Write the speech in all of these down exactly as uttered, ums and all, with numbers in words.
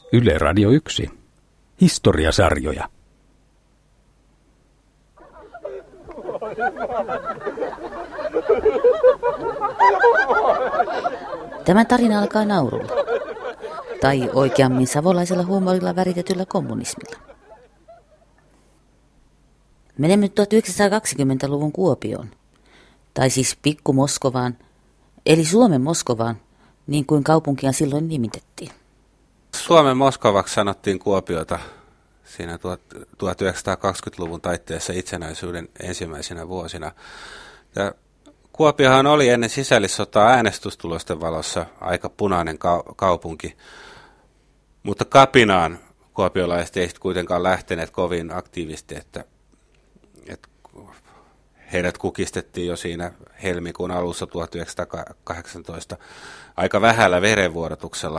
Yle Radio yksi. Historiasarjoja. Tämä tarina alkaa naurulla. Tai oikeammin savolaisella huumorilla väritetyllä kommunismilla. Menemme tuhatyhdeksänsataakaksikymmentäluvun Kuopioon. Tai siis Pikku Moskovaan, eli Suomen Moskovaan, niin kuin kaupunkia silloin nimitettiin. Suomen Moskovaksi sanottiin Kuopiota siinä tuhatyhdeksänsataakaksikymmentäluvun taitteessa itsenäisyyden ensimmäisenä vuosina. Ja Kuopiohan oli ennen sisällissotaa äänestystulosten valossa aika punainen kaupunki, mutta kapinaan kuopiolaiset eivät kuitenkaan lähteneet kovin aktiivisesti, että, että heidät kukistettiin jo siinä helmikuun alussa tuhatyhdeksänsataakahdeksantoista aika vähällä verenvuorotuksella.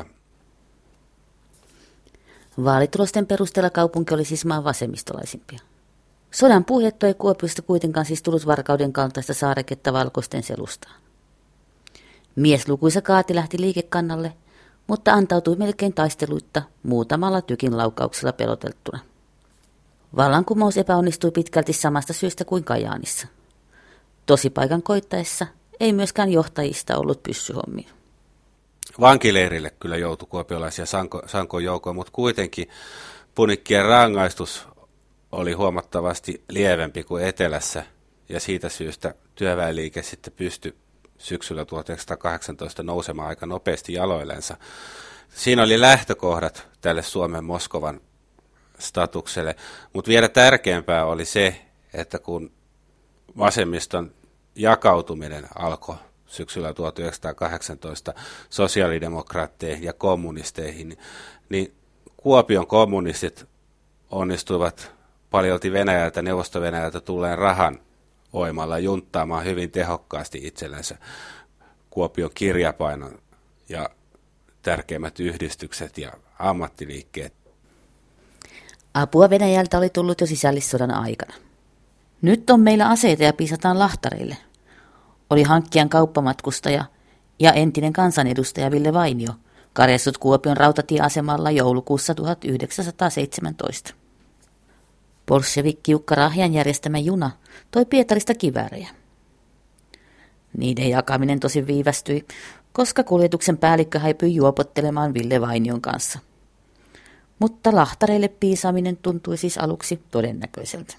Vaalitulosten perusteella kaupunki oli siis maan vasemmistolaisimpia. Sodan puhjettua ei Kuopiosta kuitenkaan siis tullut Varkauden kaltaista saareketta valkoisten selustaan. Mieslukuisa kaati lähti liikekannalle, mutta antautui melkein taisteluitta muutamalla tykin laukauksella peloteltuna. Vallankumous epäonnistui pitkälti samasta syystä kuin Kajaanissa. Tosipaikan koittaessa ei myöskään johtajista ollut pyssyhommia. Vankileirille kyllä joutui kuopiolaisia sanko, sankoon joukkoon, mutta kuitenkin punikkien rangaistus oli huomattavasti lievempi kuin etelässä, ja siitä syystä työväenliike sitten pystyi syksyllä tuhatyhdeksänsataakahdeksantoista nousemaan aika nopeasti jaloillensa. Siinä oli lähtökohdat tälle Suomen Moskovan statukselle, mutta vielä tärkeämpää oli se, että kun vasemmiston jakautuminen alkoi syksyllä tuhatyhdeksänsataakahdeksantoista sosiaalidemokraatteihin ja kommunisteihin, niin Kuopion kommunistit onnistuivat paljolti Venäjältä, Neuvosto-Venäjältä tulleen rahan voimalla junttaamaan hyvin tehokkaasti itsellensä Kuopion kirjapainon ja tärkeimmät yhdistykset ja ammattiliikkeet. Apua Venäjältä oli tullut jo sisällissodan aikana. Nyt on meillä aseita ja piisataan lahtareille, oli hankkijan kauppamatkustaja ja entinen kansanedustaja Ville Vainio karjessut Kuopion rautatieasemalla joulukuussa tuhatyhdeksänsataaseitsemäntoista. Bolshevikki Jukka Rahjan järjestämä juna toi Pietarista kiväärejä. Niiden jakaminen tosi viivästyi, koska kuljetuksen päällikkö häipyi juopottelemaan Ville Vainion kanssa. Mutta lahtareille piisaaminen tuntui siis aluksi todennäköiseltä.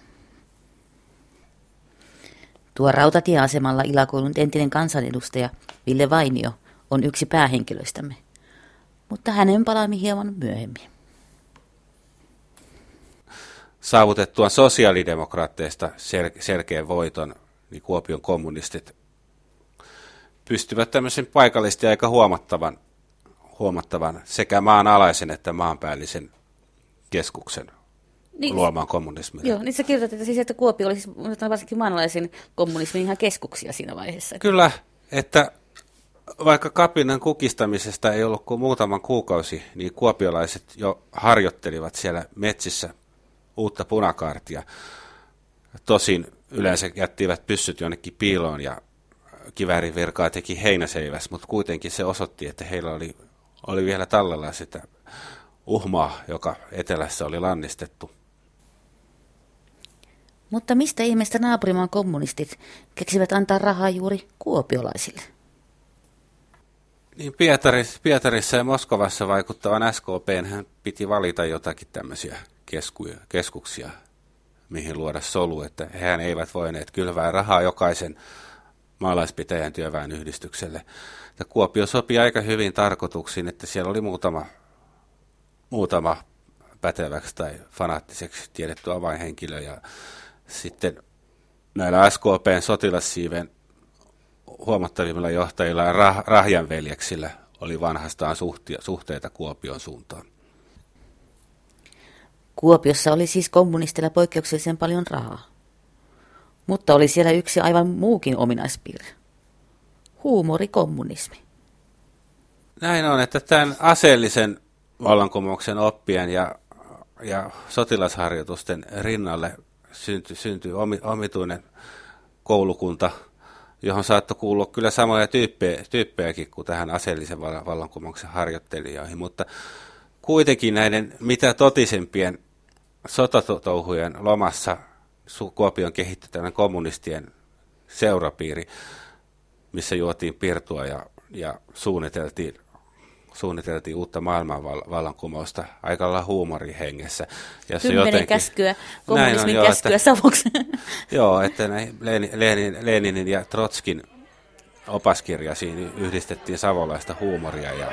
Tuo rautatieasemalla ilakoilunut entinen kansanedustaja Ville Vainio on yksi päähenkilöistämme, mutta hänen palaamme hieman myöhemmin. Saavutettuaan sosiaalidemokraatteista sel- selkeän voiton, niin Kuopion kommunistit pystyvät tämmöisen paikallisesti aika huomattavan, huomattavan sekä maanalaisen että maanpäällisen keskuksen niin, luomaan kommunismille. Joo, niin sä kirjoitat, että, siis, että Kuopio oli siis varsinkin maanalaisen kommunismin ihan keskuksia siinä vaiheessa. Kyllä, että vaikka kapinan kukistamisesta ei ollut kuin muutaman kuukausi, niin kuopiolaiset jo harjoittelivat siellä metsissä uutta punakaartia. Tosin yleensä jättivät pyssyt jonnekin piiloon ja kiväärivirkaa teki heinäseiväs, mutta kuitenkin se osoitti, että heillä oli, oli vielä tallella sitä uhmaa, joka etelässä oli lannistettu. Mutta mistä ihmeestä naapurimaan kommunistit keksivät antaa rahaa juuri kuopiolaisille? Niin Pietarissa, Pietarissa ja Moskovassa vaikuttavan S K P:nhän piti valita jotakin tämmöisiä keskuja, keskuksia, mihin luoda solu, että hehän eivät voineet kylvää rahaa jokaisen maalaispitäjän työväen yhdistykselle. Ja Kuopio sopi aika hyvin tarkoituksiin, että siellä oli muutama, muutama päteväksi tai fanaattiseksi tiedetty avainhenkilö, ja sitten näillä S K P:n sotilassiiven huomattavimmilla johtajilla ja rah- Rahjan veljeksillä oli vanhastaan suhtia, suhteita Kuopion suuntaan. Kuopiossa oli siis kommunistilla poikkeuksellisen paljon rahaa. Mutta oli siellä yksi aivan muukin ominaispiirre. Huumorikommunismi. Näin on, että tämän aseellisen vallankumouksen oppien ja, ja sotilasharjoitusten rinnalle syntyi, syntyi omituinen koulukunta, johon saattoi kuulua kyllä samoja tyyppejä, tyyppejäkin kuin tähän aseellisen vallankumouksen harjoittelijoihin, mutta kuitenkin näiden mitä totisempien sotatouhujen lomassa Kuopion kehittyi tällainen kommunistien seurapiiri, missä juotiin pirtua ja, ja suunniteltiin, suunniteltiin uutta maailmanvallankumousta aika lailla huumorihengessä. Kymmenen jotenkin, käskyä, kommunismin on, käskyä että, savoksi. Joo, että Lenin, Lenin, Leninin ja Trotskin opaskirjasiin yhdistettiin savolaista huumoria ja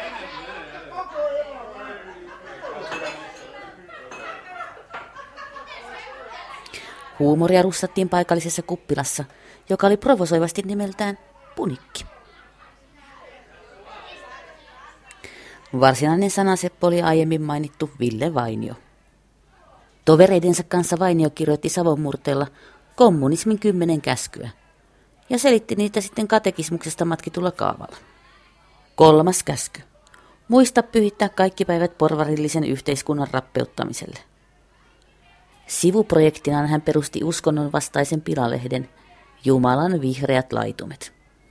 huumoria russattiin paikallisessa kuppilassa, joka oli provosoivasti nimeltään Punikki. Varsinainen sanaseppo oli aiemmin mainittu Ville Vainio. Tovereidensa kanssa Vainio kirjoitti Savonmurteella kommunismin kymmenen käskyä ja selitti niitä sitten katekismuksesta matkitulla kaavalla. Kolmas käsky. Muista pyhittää kaikki päivät porvarillisen yhteiskunnan rappeuttamiselle. Sivuprojektinaan hän perusti uskonnon vastaisen pilalehden Jumalan vihreät laitumet.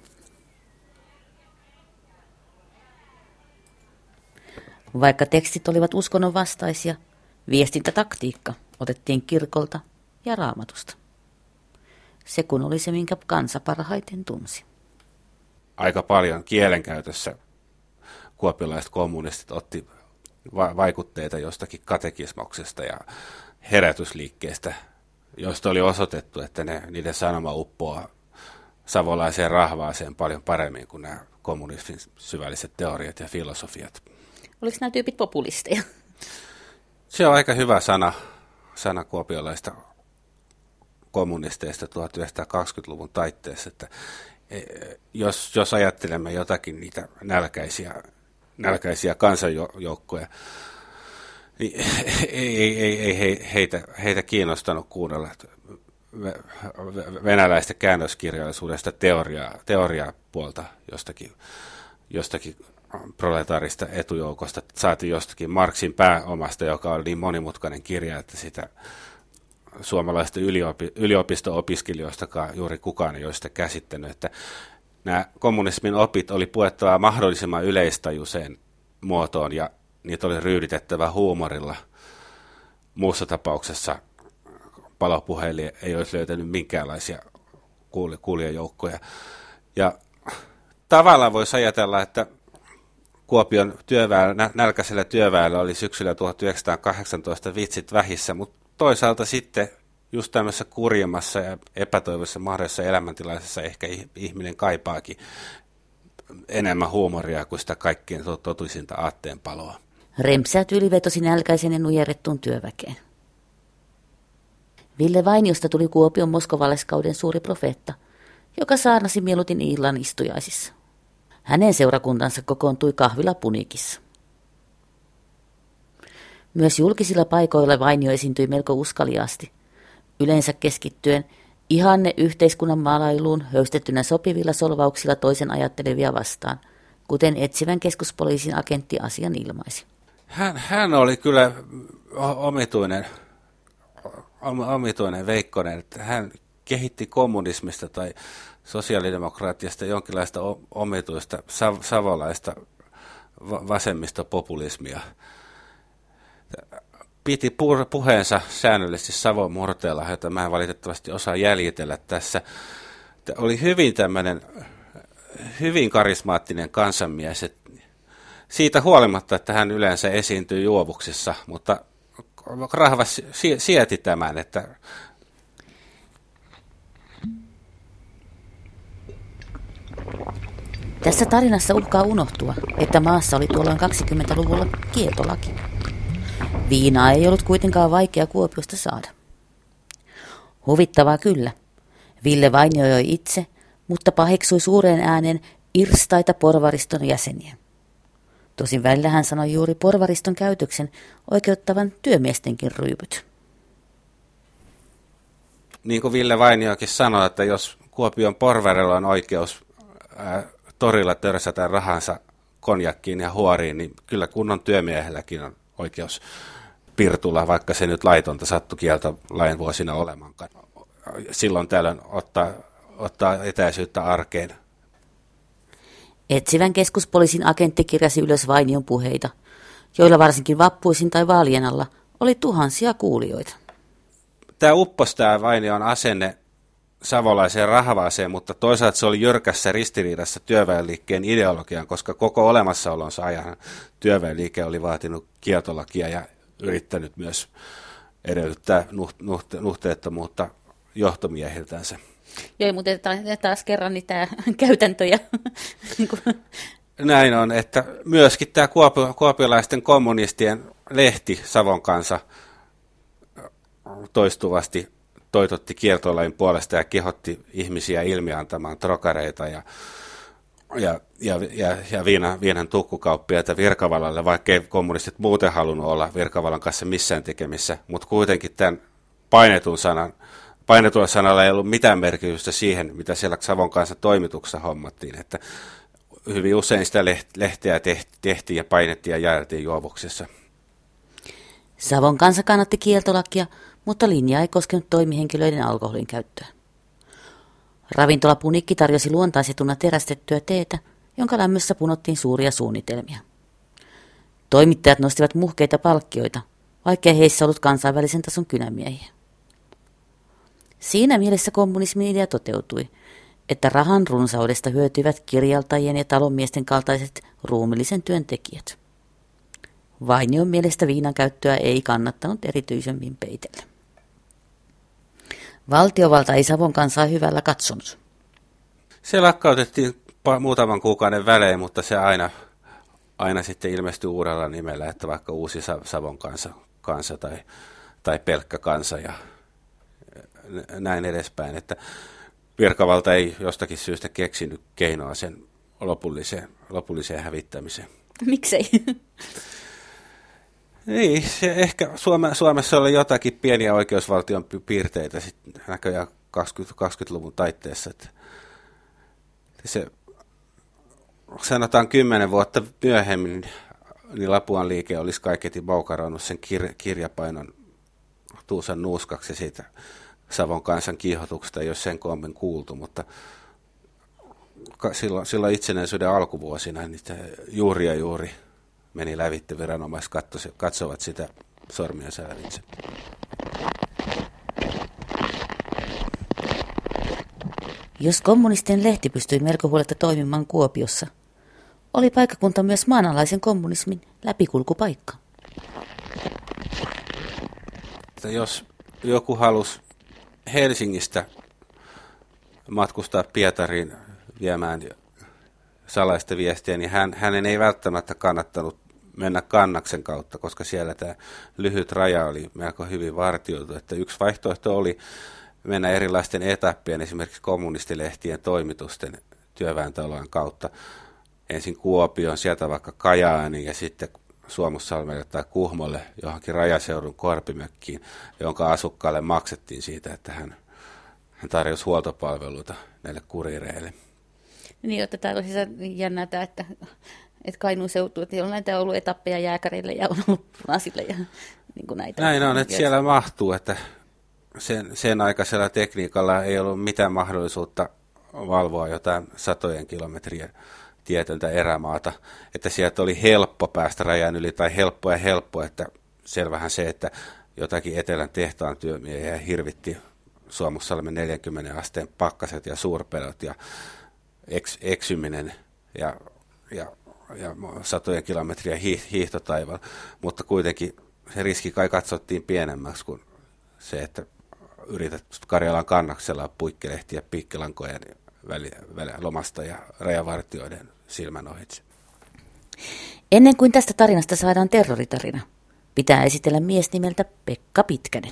Vaikka tekstit olivat uskonnon vastaisia, viestintätaktiikka otettiin kirkolta ja Raamatusta. Se kun oli se, minkä kansa parhaiten tunsi. Aika paljon kielenkäytössä kuopiolaiset kommunistit otti va- vaikutteita jostakin katekismuksesta ja herätysliikkeestä, joista oli osoitettu, että ne, niiden sanoma uppoaa savolaiseen rahvaaseen paljon paremmin kuin nämä kommunismin syvälliset teoriat ja filosofiat. Oliko nämä tyypit populisteja? Se on aika hyvä sana, sana kuopiolaista kommunisteista tuhatyhdeksänsataakaksikymmentäluvun taitteessa, että jos, jos ajattelemme jotakin niitä nälkäisiä, nälkäisiä kansanjoukkoja, niin ei, ei, ei, ei heitä, heitä kiinnostanut kuunnella venäläistä käännöskirjallisuudesta teoriaa, teoriaa puolta jostakin, jostakin proletaarista etujoukosta. Saatiin jostakin Marxin pääomasta, joka oli niin monimutkainen kirja, että sitä suomalaisista yliopi, yliopisto-opiskelijoistakaan juuri kukaan ei ole sitä käsittänyt, että nämä kommunismin opit oli puettava mahdollisimman yleistajuiseen muotoon ja niitä oli ryyditettävä huumorilla. Muussa tapauksessa palopuheilija ei olisi löytänyt minkäänlaisia kuulijajoukkoja. Ja tavallaan voisi ajatella, että Kuopion työväellä, nälkäisellä työväellä oli syksyllä tuhatyhdeksänsataakahdeksantoista vitsit vähissä, mutta toisaalta sitten just tämmöisessä kurjemmassa ja epätoivoisessa mahdollisessa elämäntilaisessa ehkä ihminen kaipaakin enemmän huumoria kuin sitä kaikkien totuisinta aatteenpaloa. Rempsää tyyli vetosi nälkäisen ja nujerrettuun työväkeen. Ville Vainiosta tuli Kuopion moskovalaskauden suuri profeetta, joka saarnasi mieluiten illan istujaisissa. Hänen seurakuntansa kokoontui kahvila Punikissa. Myös julkisilla paikoilla Vainio esiintyi melko uskaliaasti, yleensä keskittyen ihanne yhteiskunnan maalailuun höystettynä sopivilla solvauksilla toisen ajattelevia vastaan, kuten etsivän keskuspoliisin agentti asian ilmaisi. Hän, hän oli kyllä omituinen, omituinen Veikkonen, että hän kehitti kommunismista tai sosiaalidemokraatiasta jonkinlaista omituista sav- savolaista vasemmistopopulismia. Piti puheensa säännöllisesti Savon murteella, jota mä en valitettavasti osaa jäljitellä tässä. Oli hyvin tämmöinen, hyvin karismaattinen kansanmies. Siitä huolimatta, että hän yleensä esiintyy juovuksissa, mutta Rahvas sieti tämän, että tässä tarinassa uhkaa unohtua, että maassa oli tuolloin kaksikymmentäluvulla kieltolaki. Viinaa ei ollut kuitenkaan vaikea Kuopiosta saada. Huvittavaa kyllä. Ville Vainio joi itse, mutta paheksui suureen ääneen irstaita porvariston jäseniä. Tosin välillä hän sanoi juuri porvariston käytöksen oikeuttavan työmiestenkin ryypyt. Niin kuin Ville Vainiokin sanoi, että jos Kuopion porvarilla on oikeus ää, torilla törsätä rahansa konjakkiin ja huoriin, niin kyllä kunnon työmiehelläkin on oikeus pirtulla, vaikka se nyt laitonta sattui kieltolain vuosina olemankaan. Silloin tällöin ottaa, ottaa etäisyyttä arkeen. Etsivän keskuspoliisin agentti kirjasi ylös Vainion puheita, joilla varsinkin vappuisin tai vaalien alla oli tuhansia kuulijoita. Tämä upposi tämä Vainion asenne savolaiseen rahavaaseen, mutta toisaalta se oli jyrkässä ristiriidassa työväenliikkeen ideologiaan, koska koko olemassaolonsa ajan työväenliike oli vaatinut kieltolakia ja yrittänyt myös edellyttää nuht, nuht, nuhteettomuutta johtomiehiltänsä. Joo, mutta taas kerran niitä käytäntöjä. Näin on, että myöskin tämä kuopio, kuopiolaisten kommunistien lehti Savon Kansa toistuvasti toitotti kieltolain puolesta ja kehotti ihmisiä ilmiantamaan trokareita ja, ja, ja, ja, ja viinan, viinan tukkukauppiaita Virkavallalle, vaikka ei kommunistit muuten halunnut olla Virkavallan kanssa missään tekemissä, mutta kuitenkin tämän painetun sanan, painetulla sanalla ei ollut mitään merkitystä siihen, mitä siellä Savon Kansan toimituksessa hommattiin, että hyvin usein sitä lehteä tehtiin ja painettiin ja jaeltiin juovuksessa. Savon Kansa kannatti kieltolakia, mutta linja ei koskenut toimihenkilöiden alkoholin käyttöä. Ravintola Punikki tarjosi luontaisetuna terästettyä teetä, jonka lämmössä punottiin suuria suunnitelmia. Toimittajat nostivat muhkeita palkkioita, vaikkei heissä ollut kansainvälisen tason kynämiehiä. Siinä mielessä kommunismin idea toteutui, että rahan runsaudesta hyötyivät kirjaltajien ja talonmiesten kaltaiset ruumillisen työntekijät. Vainion mielestä viinan käyttöä ei kannattanut erityisemmin peitellä. Valtiovalta ei Savon Kansaa hyvällä katsonut. Se lakkautettiin muutaman kuukauden välein, mutta se aina, aina sitten ilmestyi uudella nimellä, että vaikka Uusi Savon Kansa, kansa tai, tai pelkkä kansa ja näin edespäin. Että virkavalta ei jostakin syystä keksinyt keinoa sen lopulliseen, lopulliseen hävittämiseen. Miksei? Niin, se ehkä Suome, Suomessa oli jotakin pieniä oikeusvaltion piirteitä sitten näköjään kaksikymmentäluvun taitteessa. Että se, sanotaan kymmenen vuotta myöhemmin, niin Lapuan liike olisi kaiketi moukaroinut sen kir, kirjapainon tuusan nuuskaksi siitä Savon Kansan kiihotuksesta, ei ole sen koommin kuultu, mutta silloin, silloin itsenäisyyden alkuvuosina niitä juuri ja juuri meni lävitte, viranomaiset katsovat sitä sormiensa lävitse. Jos kommunistien lehti pystyi melko huoletta toimimaan Kuopiossa, oli paikkakunta myös maanalaisen kommunismin läpikulkupaikka. Jos joku halusi Helsingistä matkustaa Pietariin viemään salaista viestiä, niin hän, hänen ei välttämättä kannattanut mennä Kannaksen kautta, koska siellä tämä lyhyt raja oli melko hyvin vartioitu. Että yksi vaihtoehto oli mennä erilaisten etappien, esimerkiksi kommunistilehtien toimitusten työväentalojen kautta. Ensin Kuopioon, sieltä vaikka Kajaaniin ja sitten Suomussalmelle tai Kuhmolle johonkin rajaseudun korpimökkiin, jonka asukkaalle maksettiin siitä, että hän, hän tarjosi huoltopalveluita näille kuriireille. Niin, että täällä on siis jännää tämä, että, että Kainuun seutu, että on näitä ollut etappeja jääkäreille ja on ollut punaisille ja niin kuin näitä. Näin on, että siellä mahtuu, että sen, sen aikaisella tekniikalla ei ollut mitään mahdollisuutta valvoa jotain satojen kilometrien tietöntä erämaata, että sieltä oli helppo päästä rajan yli, tai helppo ja helppo, että selvähän se, että jotakin etelän tehtaan työmiehiä hirvitti Suomussalmen neljänkymmenen asteen pakkaset ja suurpelot ja eks, eksyminen ja, ja, ja satojen kilometriä hiihtotaival, mutta kuitenkin se riski kai katsottiin pienemmäksi kuin se, että yrität Karjalan Kannaksella puikkelehtiä piikkilankojen väli, väli, lomasta ja rajavartioiden silmän ohitse. Ennen kuin tästä tarinasta saadaan terroritarina, pitää esitellä mies nimeltä Pekka Pitkänen.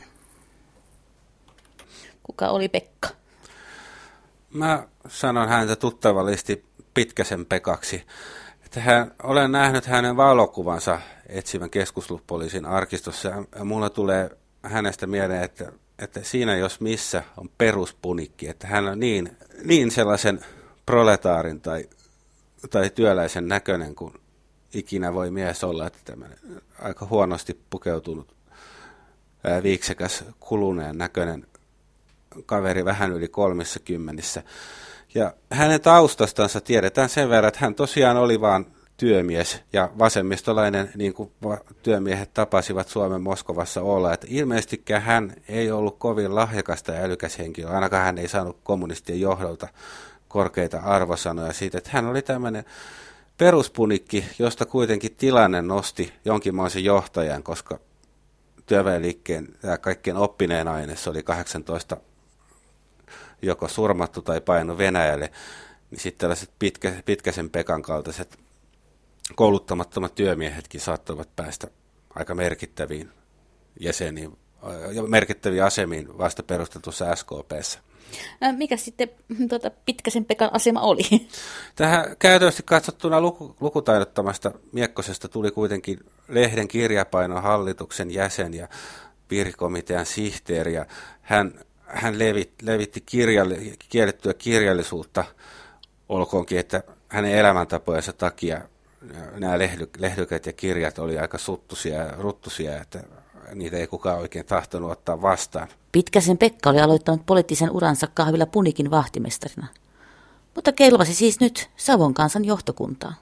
Kuka oli Pekka? Mä sanon häntä tuttavallisesti Pitkäsen Pekaksi. Että hän, olen nähnyt hänen valokuvansa etsivän keskuspoliisin arkistossa ja mulla tulee hänestä mieleen, että, että siinä jos missä on peruspunikki, että hän on niin, niin sellaisen proletaarin tai, tai työläisen näköinen kuin ikinä voi mies olla, että tämmöinen aika huonosti pukeutunut, ää, viiksekäs, kuluneen näköinen kaveri vähän yli kolmissa kymmenissä. Ja hänen taustastansa tiedetään sen verran, että hän tosiaan oli vaan työmies ja vasemmistolainen, niin kuin työmiehet tapasivat Suomen Moskovassa olla. Että ilmeisestikään hän ei ollut kovin lahjakasta ja älykäs henkilö, ainakaan hän ei saanut kommunistien johdolta korkeita arvosanoja siitä, että hän oli tämmöinen peruspunikki, josta kuitenkin tilanne nosti jonkinmoisen johtajan, koska työväenliikkeen ja kaikkein oppineen aines oli kahdeksantoista joko surmattu tai painu Venäjälle, niin sitten tällaiset pitkä, Pitkäsen Pekan kaltaiset kouluttamattomat työmiehetkin saattoivat päästä aika merkittäviin jäseniin ja merkittäviin asemiin vasta perustetussa S K P:ssä. Mikä sitten tuota, Pitkäsen Pekan asema oli? Tähän käytännössä katsottuna luku, lukutaidottomasta Miekkosesta tuli kuitenkin lehden kirjapainon hallituksen jäsen ja piirikomitean sihteeri. Ja hän hän levit, levitti kirjalli, kiellettyä kirjallisuutta, olkoonkin, että hänen elämäntapojensa takia nämä lehdy, lehdykät ja kirjat oli aika suttuisia ja ruttuisia, että niitä ei kukaan oikein tahtonut ottaa vastaan. Pitkäsen Pekka oli aloittanut poliittisen uransa kahvilla Punikin vahtimestarina, mutta kelvasi siis nyt Savon kansan johtokuntaa.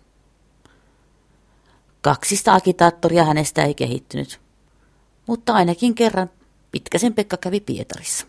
Kaksista agitaattoria hänestä ei kehittynyt, mutta ainakin kerran Pitkäsen Pekka kävi Pietarissa.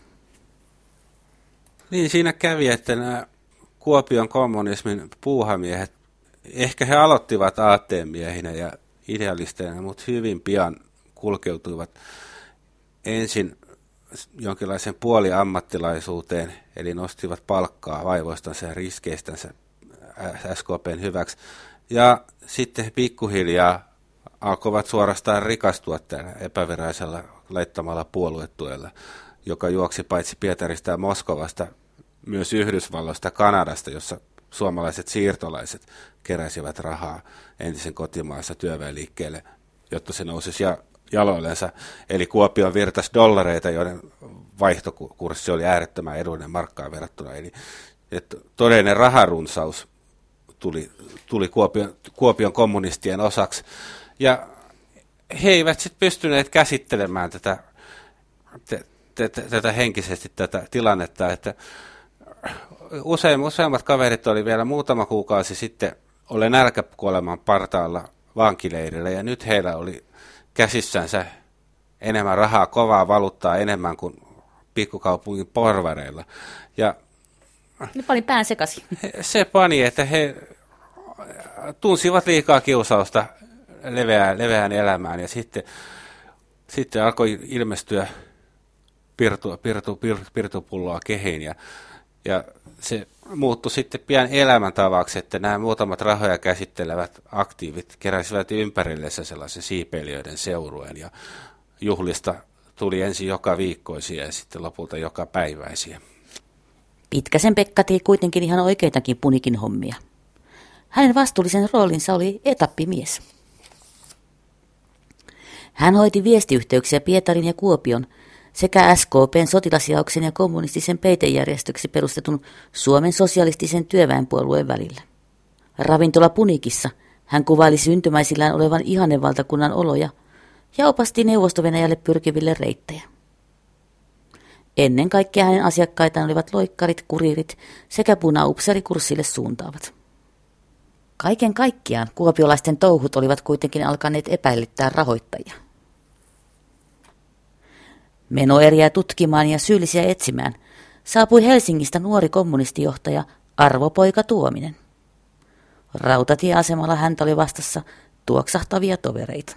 Niin siinä kävi, että nämä Kuopion kommunismin puuhamiehet, ehkä he aloittivat aatteemiehinä ja idealisteina, mutta hyvin pian kulkeutuivat ensin jonkinlaisen puoliammattilaisuuteen, eli nostivat palkkaa vaivoistansa ja riskeistänsä S K P:n hyväksi. Ja sitten pikkuhiljaa alkoivat suorastaan rikastua tällä epävirallisella laittamalla puoluetuella, joka juoksi paitsi Pietarista ja Moskovasta, myös Yhdysvalloista ja Kanadasta, jossa suomalaiset siirtolaiset keräsivät rahaa entisen kotimaassa työväenliikkeelle, jotta se nousisi jaloillensa. Eli Kuopioon virtasi dollareita, joiden vaihtokurssi oli äärettömän edullinen markkaan verrattuna. Eli että todellinen raharunsaus tuli, tuli Kuopion, Kuopion kommunistien osaksi. Ja he eivät sitten pystyneet käsittelemään tätä, tätä, tätä henkisesti tätä tilannetta, että usein, useimmat kaverit oli vielä muutama kuukausi sitten oli nälkäkuoleman partaalla vankileirillä, ja nyt heillä oli käsissänsä enemmän rahaa, kovaa valuuttaa enemmän kuin pikkukaupungin porvareilla. Ja ne pani pään sekaisin. Se pani, että he tunsivat liikaa kiusausta leveään, leveään elämään, ja sitten, sitten alkoi ilmestyä pirtu, pirtu, pirtu, pirtupulloa kehiin, ja, ja se muuttui sitten pian elämäntavaksi, että nämä muutamat rahoja käsittelevät aktiivit keräsivät ympärillensä sellaisen siipeilijöiden seurueen, ja juhlista tuli ensin joka viikkoisia ja sitten lopulta joka päiväisiä. Pitkäsen Pekka teki kuitenkin ihan oikeitakin Punikin hommia. Hänen vastuullisen roolinsa oli etappimies. Hän hoiti viestiyhteyksiä Pietarin ja Kuopion sekä S K P:n sotilasjaoksen ja kommunistisen peitejärjestöksi perustetun Suomen sosialistisen työväenpuolueen välillä. Ravintola Punikissa hän kuvaili syntymäisillään olevan ihannevaltakunnan oloja ja opasti Neuvosto-Venäjälle pyrkiville reittejä. Ennen kaikkea hänen asiakkaitaan olivat loikkarit, kuriirit sekä punaupseerikurssille suuntaavat. Kaiken kaikkiaan kuopiolaisten touhut olivat kuitenkin alkaneet epäilyttää rahoittajia. Menoeriä tutkimaan ja syyllisiä etsimään saapui Helsingistä nuori kommunistijohtaja Arvopoika Tuominen. Rautatieasemalla häntä oli vastassa tuoksahtavia tovereita.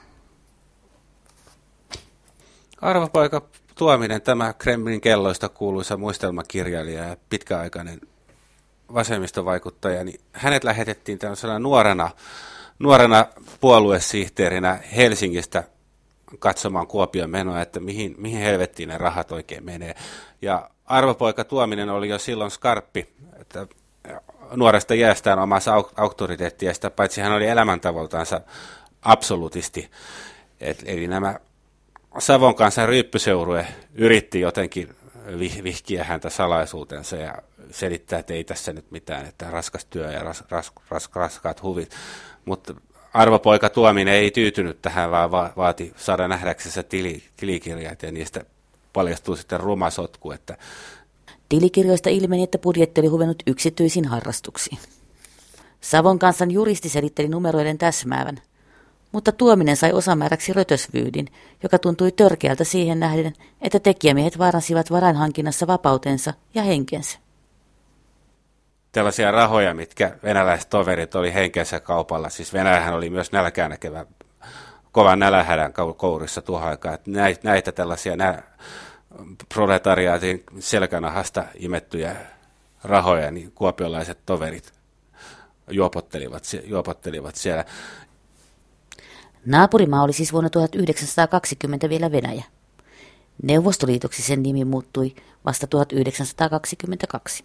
Arvopoika Tuominen, tämä Kremlin kelloista kuuluisa muistelmakirjailija ja pitkäaikainen vasemmistovaikuttaja, niin hänet lähetettiin tällaisena nuorena, nuorena puoluesihteerinä Helsingistä katsomaan Kuopion menoa, että mihin, mihin helvettiin ne rahat oikein menee. Ja Arvopoika Tuominen oli jo silloin skarppi, että nuoresta iästään omassa auktoriteettia, sitä paitsi hän oli elämäntavoltaansa absolutisti. Et, eli nämä Savon kansan ryyppyseurue yritti jotenkin vihkiä häntä salaisuutensa ja selittää, että ei tässä nyt mitään, että raskas työ ja ras, ras, ras, raskaat huvit. Mutta Arvopoika Tuominen ei tyytynyt tähän, vaan va- vaati saada nähdäksensä tili, tilikirjat, ja niistä paljastui sitten ruma sotku. Että tilikirjoista ilmeni, että budjetti oli huvennut yksityisiin harrastuksiin. Savon kansan juristi selitteli numeroiden täsmäävän, mutta tuominen sai osamääräksi rötösvyydin, joka tuntui törkeältä siihen nähden, että tekijämiehet vaaransivat varainhankinnassa vapautensa ja henkensä. Tällaisia rahoja, mitkä venäläiset toverit oli henkensä kaupalla, siis Venäjähän oli myös nälkää näkevä, kovan nälähädän kourissa tuohon aikaan, että näitä tällaisia nä- proletariaatin selkänahasta imettyjä rahoja, niin kuopiolaiset toverit juopottelivat, juopottelivat siellä. Naapurimaa oli siis vuonna tuhatyhdeksänsataakaksikymmentä vielä Venäjä. Neuvostoliitoksi sen nimi muuttui vasta tuhatyhdeksänsataakaksikymmentäkaksi.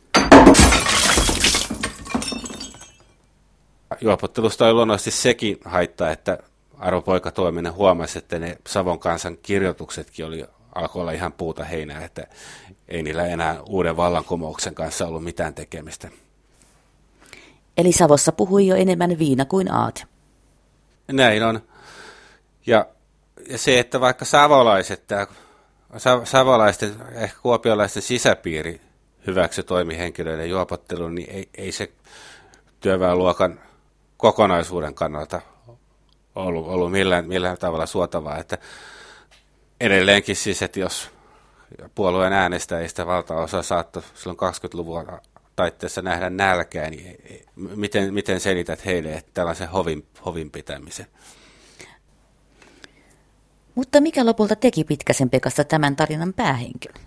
Juopottelusta oli luonnollisesti sekin haittaa, että Arvo Poika Tuominen huomasi, että ne Savon kansan kirjoituksetkin oli, alkoi olla ihan puuta heinää, että ei niillä enää uuden vallankumouksen kanssa ollut mitään tekemistä. Eli Savossa puhui jo enemmän viina kuin aate. Näin on. Ja, ja se, että vaikka savolaiset, tämä, savolaisten, ehkä kuopiolaisten sisäpiiri hyväksy toimihenkilöiden juopottelun, niin ei, ei se työväenluokan kokonaisuuden kannalta ollut, ollut millään, millään tavalla suotavaa, että edelleenkin siis, että jos puolueen äänestäjistä valtaosa saattoi silloin kaksikymmentäluvun taitteessa nähdä nälkää, niin miten, miten selität heille että tällaisen hovin, hovin pitämisen? Mutta mikä lopulta teki Pitkäsen Pekasta tämän tarinan päähenkilön?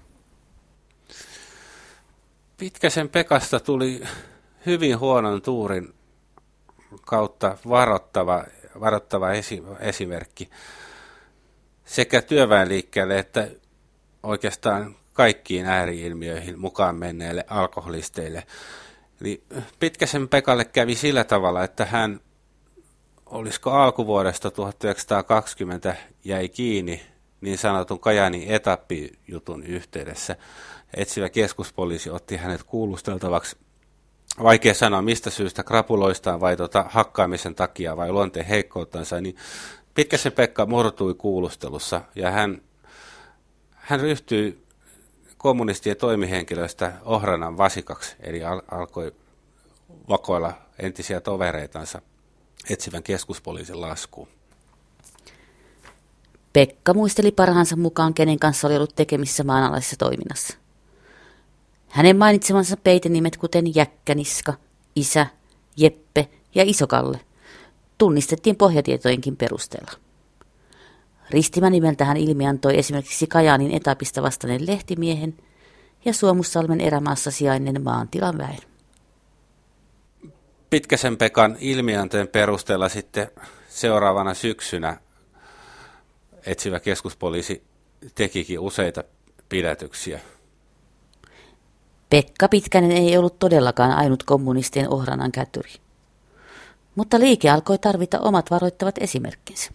Pitkäsen Pekasta tuli hyvin huonon tuurin kautta varoittava, varoittava esi, esimerkki sekä työväenliikkeelle että oikeastaan kaikkiin ääriilmiöihin mukaan menneille alkoholisteille. Eli Pitkäsen Pekalle kävi sillä tavalla, että hän, olisiko alkuvuodesta tuhatyhdeksänsataakaksikymmentä, jäi kiinni niin sanotun Kajaanin etappijutun yhteydessä. Etsivä keskuspoliisi otti hänet kuulusteltavaksi. Vaikea sanoa mistä syystä, krapuloistaan vai tuota hakkaamisen takia vai luonteen heikkouttansa, niin Pitkäsen Pekka murtui kuulustelussa ja hän, hän ryhtyi kommunistien toimihenkilöistä Ohranan vasikaksi, eli al- alkoi vakoilla entisiä tovereitansa etsivän keskuspoliisin laskuun. Pekka muisteli parhaansa mukaan, kenen kanssa oli ollut tekemissä maanalaisessa toiminnassa. Hänen mainitsemansa peitenimet, kuten Jäkkäniska, Isä, Jeppe ja Isokalle, tunnistettiin pohjatietojenkin perusteella. Ristimä-nimeltä hän ilmiantoi esimerkiksi Kajaanin etapista vastanneen lehtimiehen ja Suomussalmen erämaassa sijainen maantilan väen. Pitkäsen Pekan ilmiantojen perusteella sitten seuraavana syksynä etsivä keskuspoliisi tekikin useita pidätyksiä. Pekka Pitkänen ei ollut todellakaan ainut kommunistien Ohranan kätyri, mutta liike alkoi tarvita omat varoittavat esimerkkinsä.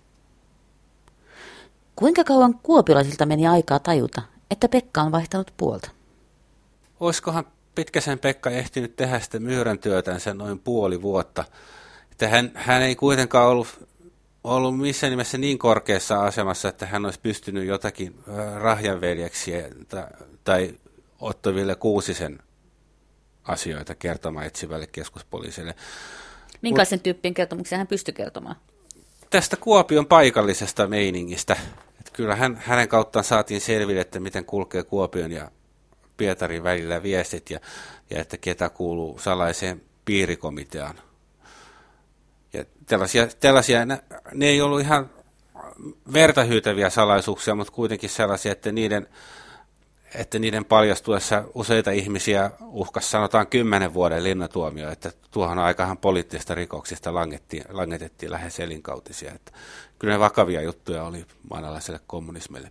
Kuinka kauan kuopiolaisilta meni aikaa tajuta, että Pekka on vaihtanut puolta? Olisikohan Pitkäsen Pekka ehtinyt tehdä sitä myyrän työtänsä noin puoli vuotta, että hän, hän ei kuitenkaan ollut, ollut missään nimessä niin korkeassa asemassa, että hän olisi pystynyt jotakin Rahjanveljeksiä tai, tai Otto Ville Kuusisen asioita kertomaan etsivälle keskuspoliisille. Minkälaisen tyyppien kertomuksia hän pystyi kertomaan? Tästä Kuopion paikallisesta meiningistä. Että kyllä hän, hänen kauttaan saatiin selville, että miten kulkee Kuopion ja Pietarin välillä viestit ja, ja että ketä kuuluu salaiseen piirikomiteaan. Ja tällaisia, tällaisia ne, ne ei ollut ihan vertahyytäviä salaisuuksia, mutta kuitenkin sellaisia, että niiden, että niiden paljastuessa useita ihmisiä uhkasi sanotaan kymmenen vuoden linnatuomio, että tuohon aikaan poliittisista rikoksista langettiin, langetettiin lähes elinkautisia. Että kyllä ne vakavia juttuja oli maanalaiselle kommunismille.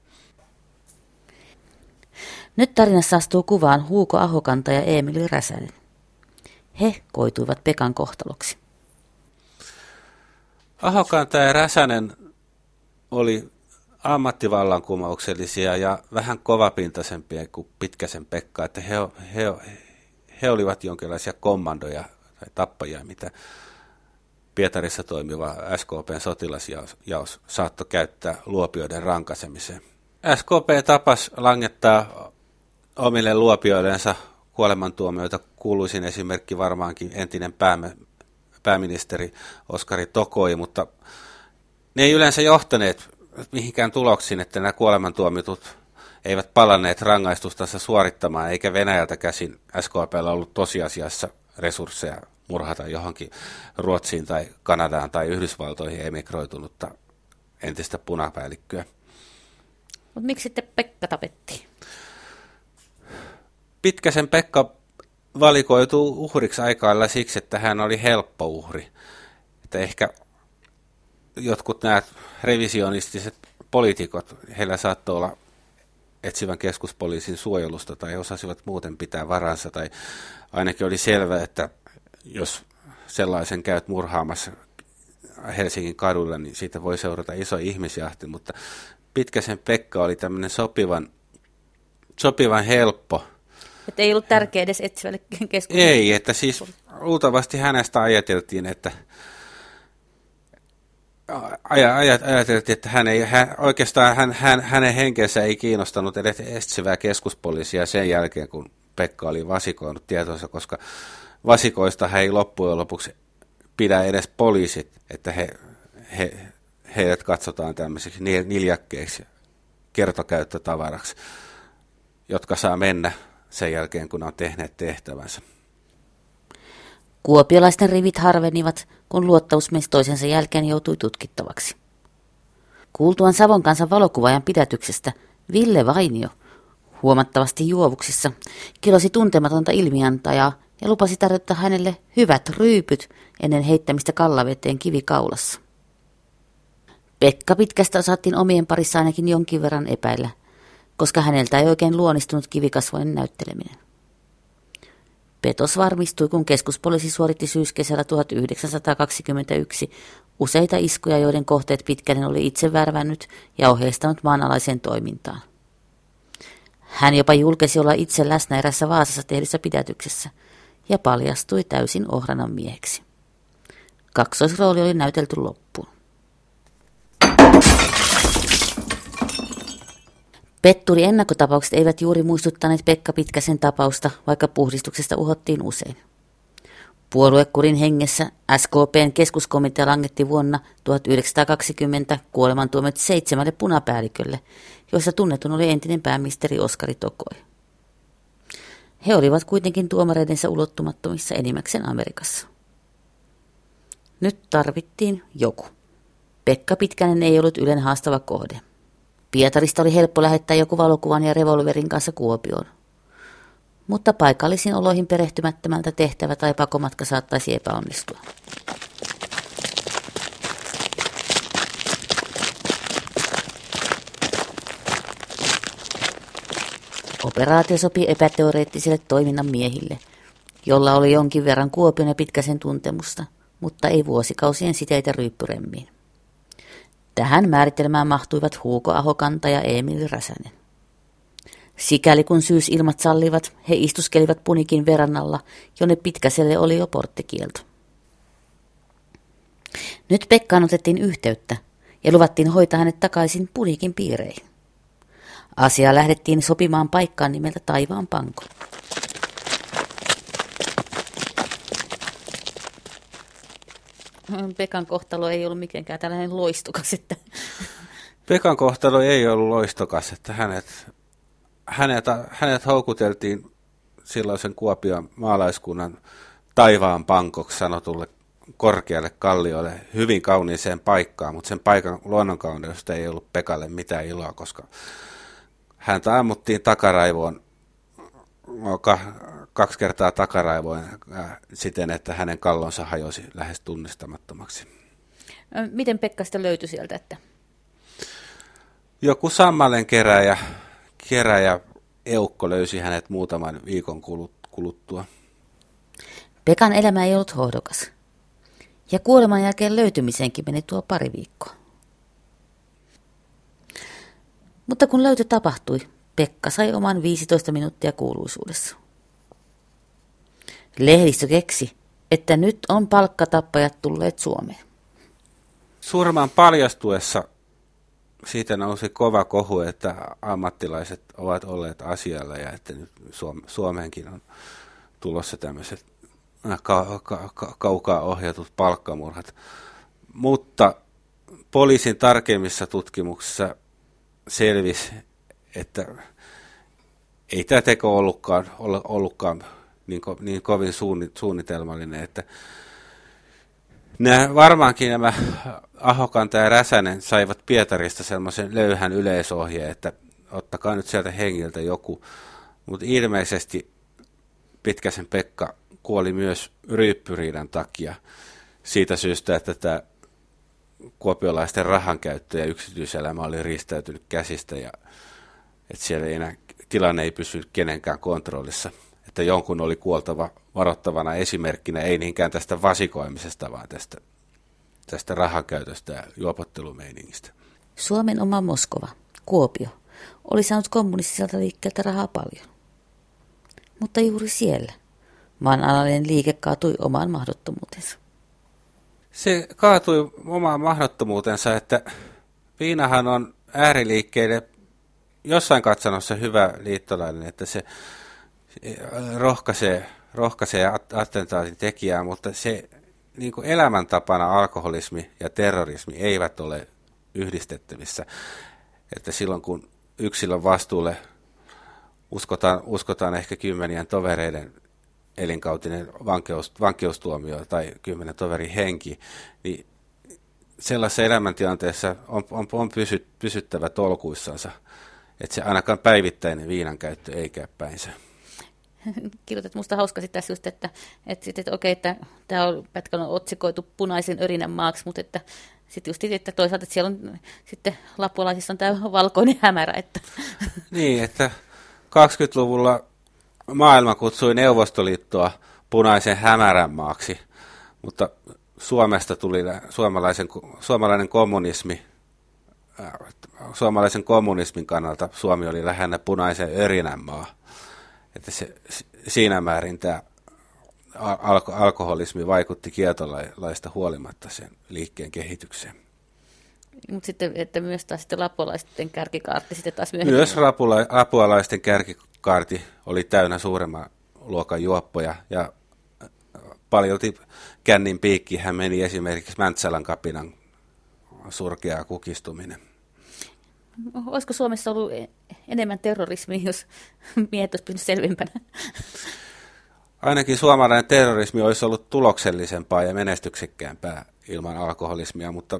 Nyt tarinassa astuu kuvaan Huuko Ahokanta ja Eemeli Räsänen. He koituivat Pekan kohtaloksi. Ahokanta ja Räsänen oli ammattivallankumouksellisia ja vähän kovapintaisempia kuin Pitkäsen Pekka, että he, he, he olivat jonkinlaisia kommandoja tai tappajia, mitä Pietarissa toimiva S K P:n sotilasjaos saattoi käyttää luopioiden rankaisemiseen. S K P tapas langettaa omille luopioidensa kuolemantuomioita. Kuuluisin esimerkki varmaankin entinen päämme pääministeri Oskari Tokoi, mutta ne ei yleensä johtaneet mihinkään tuloksiin, että nämä kuolemantuomitut eivät palanneet rangaistustansa suorittamaan, eikä Venäjältä käsin S K P:llä ollut tosiasiassa resursseja murhata johonkin Ruotsiin tai Kanadaan tai Yhdysvaltoihin emigroitunutta entistä punapäällikköä. Mutta miksi sitten Pekka tapettiin? Pitkäsen Pekka valikoituu uhriksi aikailla siksi, että hän oli helppo uhri. Että ehkä jotkut nämä revisionistiset poliitikot, heillä saattoi olla etsivän keskuspoliisin suojelusta tai osasivat muuten pitää varansa. Tai ainakin oli selvä, että jos sellaisen käyt murhaamassa Helsingin kadulla, niin siitä voi seurata iso ihmisjahti. Mutta Pitkäsen Pekka oli tämmöinen sopivan, sopivan helppo. Että ei ollut tärkeä edes etsivälle keskustelulle. Ei, että siis luultavasti hänestä ajateltiin, että ajateltiin, että hän ei, hän, oikeastaan hän, hän, hänen henkensä ei kiinnostanut edes etsivää keskuspoliisia sen jälkeen, kun Pekka oli vasikoinut tietonsa, koska vasikoista he ei loppujen lopuksi pidä edes poliisit, että he, he, heidät katsotaan tämmöiseksi niljakkeiksi kertokäyttötavaraksi, jotka saa mennä sen jälkeen, kun on tehneet tehtävänsä. Kuopiolaisten rivit harvenivat, kun luottamusmies toisensa jälkeen joutui tutkittavaksi. Kuultuaan Savon kansan valokuvaajan pidätyksestä, Ville Vainio, huomattavasti juovuksissa, kilosi tuntematonta ilmiantajaa ja lupasi tarjota hänelle hyvät ryypyt ennen heittämistä kallaveteen kivikaulassa. Pekka Pitkästä osattiin omien parissa ainakin jonkin verran epäillä, koska häneltä ei oikein luonnistunut kivikasvojen näytteleminen. Petos varmistui, kun keskuspoliisi suoritti syyskesällä tuhatyhdeksänsataakaksikymmentäyksi useita iskuja, joiden kohteet Pitkänen oli itse värvännyt ja ohjeistanut maanalaiseen toimintaan. Hän jopa julkesi olla itse läsnä erässä Vaasassa tehdyssä pidätyksessä ja paljastui täysin Ohranan mieheksi. Kaksoisrooli oli näytelty loppuun. Petturi ennakkotapaukset eivät juuri muistuttaneet Pekka Pitkäsen tapausta, vaikka puhdistuksesta uhottiin usein. Puoluekurin hengessä S K P:n keskuskomitea langetti vuonna tuhatyhdeksänsataakaksikymmentä kuolemantuomiot seitsemälle punapäällikölle, joissa tunnetun oli entinen pääministeri Oskari Tokoi. He olivat kuitenkin tuomareidensa ulottumattomissa enimmäkseen Amerikassa. Nyt tarvittiin joku. Pekka Pitkänen ei ollut Ylen haastava kohde. Pietarista oli helppo lähettää joku valokuvan ja revolverin kanssa Kuopioon. Mutta paikallisiin oloihin perehtymättömältä tehtävä tai pakomatka saattaisi epäonnistua. Operaatio sopi epäteoreettisille toiminnan miehille, jolla oli jonkin verran Kuopion ja Pitkäsen tuntemusta, mutta ei vuosikausien siteitä ryyppyremmiin. Tähän määritelmään mahtuivat Huuko Ahokanta ja Eemil Räsänen. Sikäli kun syysilmat sallivat, he istuskelivat Punikin verannalla, jonne Pitkäselle oli jo porttikielto. Nyt Pekkaan otettiin yhteyttä ja luvattiin hoitaa hänet takaisin Punikin piireihin. Asiaa lähdettiin sopimaan paikkaan nimeltä Taivaan Panko. Pekan kohtalo ei ollut mitenkään tällainen loistokas. Että... Pekan kohtalo ei ollut loistokas, että hänet, hänet, hänet houkuteltiin silloisen Kuopion maalaiskunnan Taivaan Pankoksi sanotulle korkealle kalliolle hyvin kauniiseen paikkaan, mutta sen paikan luonnonkauneusta ei ollut Pekalle mitään iloa, koska häntä ammuttiin takaraivoon, kaksi kertaa takaraivoon siten, että hänen kallonsa hajosi lähes tunnistamattomaksi. Miten Pekka sitten löytyi sieltä? Että... Joku sammalen keräjä, keräjä eukko löysi hänet muutaman viikon kuluttua. Pekan elämä ei ollut hohdokas. Ja kuoleman jälkeen löytymiseenkin meni tuo pari viikkoa. Mutta kun löytö tapahtui, Pekka sai oman viisitoista minuuttia kuuluisuudessa. Lehdistö keksi, että nyt on palkkatappajat tulleet Suomeen. Surman paljastuessa siitä nousi kova kohu, että ammattilaiset ovat olleet asialla ja että nyt Suomeenkin on tulossa tämmöiset ka- ka- ka- kaukaa ohjatut palkkamurhat. Mutta poliisin tarkemmissa tutkimuksissa selvisi, että ei tämä teko ollutkaan, ollutkaan niin, ko, niin kovin suunnitelmallinen, että nämä, varmaankin nämä Ahokanta ja Räsänen saivat Pietarista sellaisen löyhän yleisohjeen, että ottakaa nyt sieltä hengiltä joku, mutta ilmeisesti Pitkäsen Pekka kuoli myös ryyppyriidan takia siitä syystä, että tämä kuopiolaisten rahankäyttö ja yksityiselämä oli riistäytynyt käsistä ja että siellä ei enää, tilanne ei pysy kenenkään kontrollissa. Että jonkun oli kuoltava varoittavana esimerkkinä, ei niinkään tästä vasikoimisesta, vaan tästä, tästä rahankäytöstä ja juopottelumeiningistä. Suomen oma Moskova, Kuopio, oli saanut kommunistiselta liikkeeltä rahaa paljon. Mutta juuri siellä maanalainen liike kaatui omaan mahdottomuutensa. Se kaatui omaan mahdottomuutensa, että viinahan on ääriliikkeille jossain katsannossa hyvä liittolainen, että se rohkaisee, rohkaisee attentaatin tekijää, mutta se niin kuin elämäntapana alkoholismi ja terrorismi eivät ole yhdistettävissä. Että silloin kun yksilön vastuulle uskotaan, uskotaan ehkä kymmenien tovereiden elinkautinen vankeus, vankeustuomio tai kymmenen toverin henki, niin sellaisessa elämäntilanteessa on, on, on pysy, pysyttävä tolkuissansa, että se ainakaan päivittäinen viinankäyttö ei käy päinsä. Kirjoitat musta hauskasti tässä just, että, että, että, että okei, että tämä on pätkän on otsikoitu punaisen örinän maaksi, mutta että sitten just, että toisaalta että siellä on sitten lapualaisissa on tämä valkoinen hämärä. Että. Niin, että kaksikymmentäluvulla maailma kutsui Neuvostoliittoa punaisen hämärän maaksi, mutta Suomesta tuli suomalaisen, suomalainen kommunismi, äh, suomalaisen kommunismin kannalta Suomi oli lähinnä punaisen örinän maa. Että se, siinä määrin tämä alko, alkoholismi vaikutti kieltolaista huolimatta sen liikkeen kehitykseen. Mutta sitten, että myös taas sitten lapualaisten kärkikaarti sitten taas myöhemmin. Myös rapula, lapualaisten kärkikaarti oli täynnä suuremman luokan juoppoja ja paljolti kännin piikkihän meni esimerkiksi Mäntsälän kapinan surkea kukistuminen. Olisiko Suomessa ollut enemmän terrorismia, jos miehet olisi pysynyt selvimpänä? Ainakin suomalainen terrorismi olisi ollut tuloksellisempaa ja menestyksekkäämpää ilman alkoholismia, mutta,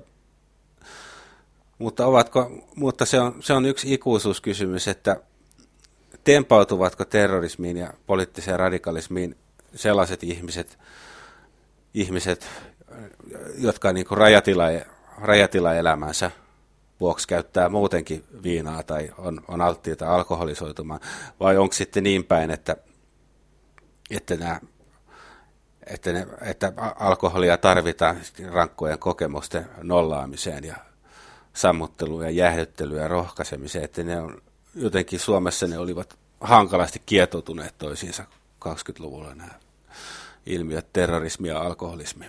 mutta, ovatko, mutta se, on, se on yksi ikuisuuskysymys, että tempautuvatko terrorismiin ja poliittiseen radikalismiin sellaiset ihmiset, ihmiset jotka niin kuin rajatila, rajatilaelämänsä vuoksi käyttää muutenkin viinaa tai on, on alttiita alkoholisoitumaan, vai onko sitten niin päin, että, että, nämä, että, ne, että alkoholia tarvitaan rankkojen kokemusten nollaamiseen ja sammutteluun ja jäähdyttelyyn ja rohkaisemiseen, että ne on jotenkin Suomessa ne olivat hankalasti kietoutuneet toisiinsa kaksikymmentäluvulla nämä ilmiöt, terrorismi ja alkoholismi.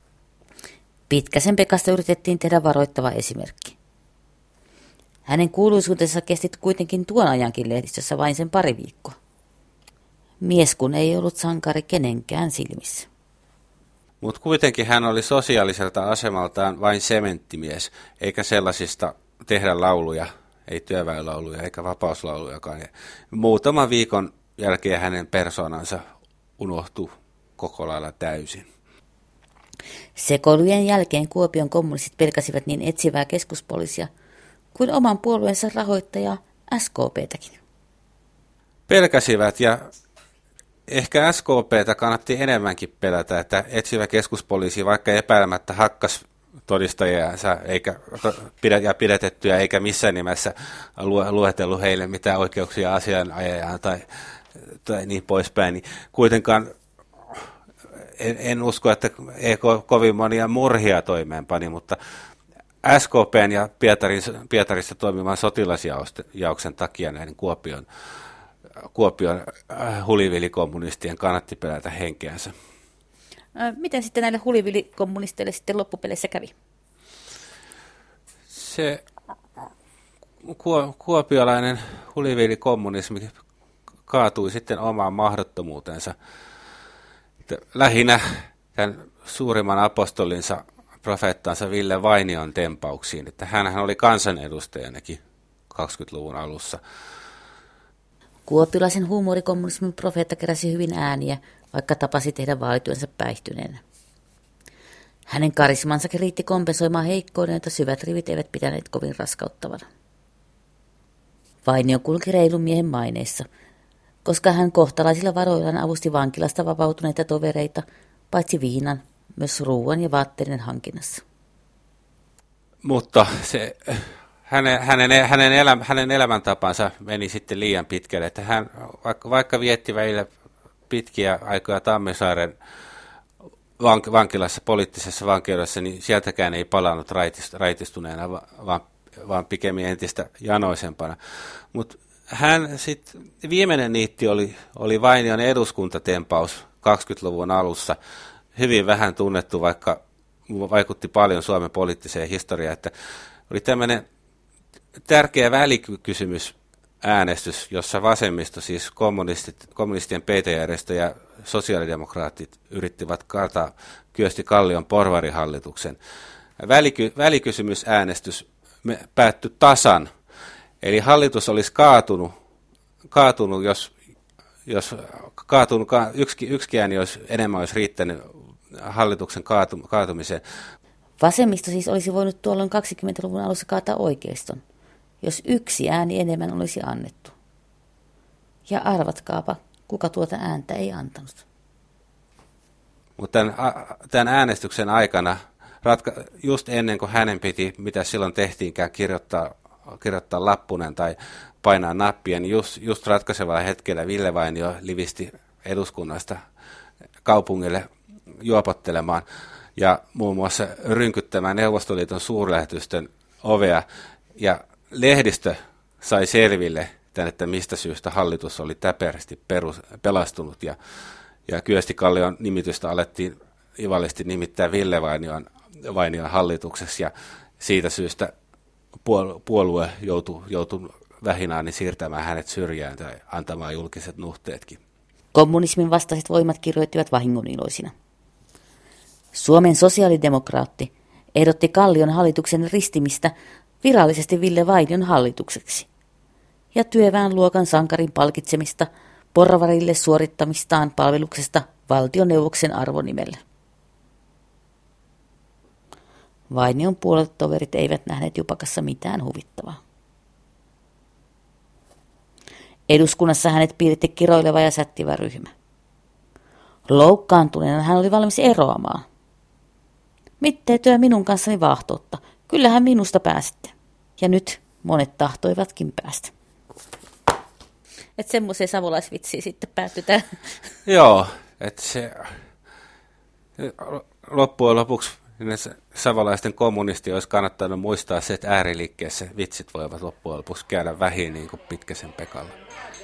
Pitkäsen Pekasta yritettiin tehdä varoittava esimerkki. Hänen kuuluisuutensa kesti kuitenkin tuon ajankin lehdistössä vain sen pari viikkoa. Mies kun ei ollut sankari kenenkään silmissä. Mutta kuitenkin hän oli sosiaaliselta asemaltaan vain sementtimies, eikä sellaisista tehdä lauluja, ei työväenlauluja eikä vapauslaulujakaan. Ja muutaman viikon jälkeen hänen persoonansa unohtui koko lailla täysin. Sekoilujen jälkeen Kuopion kommunistit pelkäsivät niin etsivää keskuspoliisia kuin oman puolueensa rahoittajaa S K P:täkin. Pelkäsivät ja ehkä S K P:tä kannatti enemmänkin pelätä, että etsivä keskuspoliisi vaikka epäilemättä hakkas todistajiansa eikä, ja pidätettyjä eikä missään nimessä luetellut heille mitään oikeuksia asianajajaan tai, tai niin poispäin, niin kuitenkaan en, en usko, että ei ko, kovin monia murhia toimeenpani, mutta S K P:n ja Pietarin, Pietarissa toimivan sotilasjaoksen takia näiden Kuopion, Kuopion hulivilikommunistien kannatti pelätä henkeänsä. Miten sitten näille hulivilikommunisteille sitten loppupeleissä kävi? Se kuopiolainen hulivilikommunismi kaatui sitten omaan mahdottomuutensa. lähinnä tämän suurimman apostolinsa, profeettansa Ville Vainion tempauksiin, että hänhän oli kansanedustajanakin kaksikymmentäluvun alussa. Kuopilaisen huumorikommunismin profeetta keräsi hyvin ääniä, vaikka tapasi tehdä vaalityönsä päihtyneenä. Hänen karismansakin riitti kompensoimaan heikkouden, jota syvät rivit eivät pitäneet kovin raskauttavana. Vainio kulki reilun miehen maineissa, koska hän kohtalaisilla varoillaan avusti vankilasta vapautuneita tovereita, paitsi viinan, myös ruuan ja vaatteiden hankinnassa. Mutta se, hänen, hänen, hänen, elä, hänen elämäntapansa meni sitten liian pitkälle, että hän vaikka, vaikka vietti välillä pitkiä aikoja Tammisaaren vank, vankilassa, poliittisessa vankeudessa, niin sieltäkään ei palannut raitist, raitistuneena, vaan, vaan pikemmin entistä janoisempana. Mutta hän sitten, viimeinen niitti oli, oli Vainion eduskuntatempaus kaksikymmentäluvun alussa, hyvin vähän tunnettu, vaikka vaikutti paljon Suomen poliittiseen historiaan, että oli tämmöinen tärkeä välikysymys äänestys, jossa vasemmisto, siis kommunistit, kommunistien peitejärjestö ja sosiaalidemokraatit yrittivät kaataa Kyösti Kallion porvarihallituksen. Väliky, välikysymysäänestys päättyi tasan, eli hallitus olisi kaatunut, kaatunut jos, jos kaatunut, yksi, yksi ääni olisi enemmän olisi riittänyt hallituksen kaatu, kaatumiseen. Vasemmisto siis olisi voinut tuolloin kaksikymmentäluvun alussa kaataa oikeiston, jos yksi ääni enemmän olisi annettu. Ja arvatkaapa, kuka tuota ääntä ei antanut. Mutta tämän, tämän äänestyksen aikana, ratka, just ennen kuin hänen piti, mitä silloin tehtiinkään, kirjoittaa, kirjoittaa lappunen tai painaa nappia, niin just, just ratkaisevalla hetkellä Ville Vainio livisti eduskunnasta kaupungille juopottelemaan ja muun muassa rynkyttämään Neuvostoliiton suurlähetystön ovea, ja lehdistö sai selville, että mistä syystä hallitus oli täpärästi perus, pelastunut, ja, ja Kyösti Kallion nimitystä alettiin ivallisesti nimittää Ville Vainion, Vainion hallituksessa, ja siitä syystä puolue joutui, joutui vähinään siirtämään hänet syrjään tai antamaan julkiset nuhteetkin. Kommunismin vastaiset voimat kirjoittivat vahingoniloisina. Suomen sosiaalidemokraatti ehdotti Kallion hallituksen ristimistä virallisesti Ville Vainion hallitukseksi ja työväenluokan sankarin palkitsemista porvarille suorittamistaan palveluksesta valtioneuvoksen arvonimellä. Vainion puoluetoverit eivät nähneet jupakassa mitään huvittavaa. Eduskunnassa hänet piiritti kiroileva ja sättivä ryhmä. Loukkaantuneena hän oli valmis eroamaan. Mittei työ minun kanssani vaahtoutta, kyllähän minusta pääsitte. Ja nyt monet tahtoivatkin päästä. Että semmoiseen savolaisvitsiin sitten päättytään. Joo, että se loppujen lopuksi savolaisten kommunisti olisi kannattanut muistaa se, että ääriliikkeessä vitsit voivat loppujen lopuksi käydä vähin niin kuin Pitkäsen Pekalla.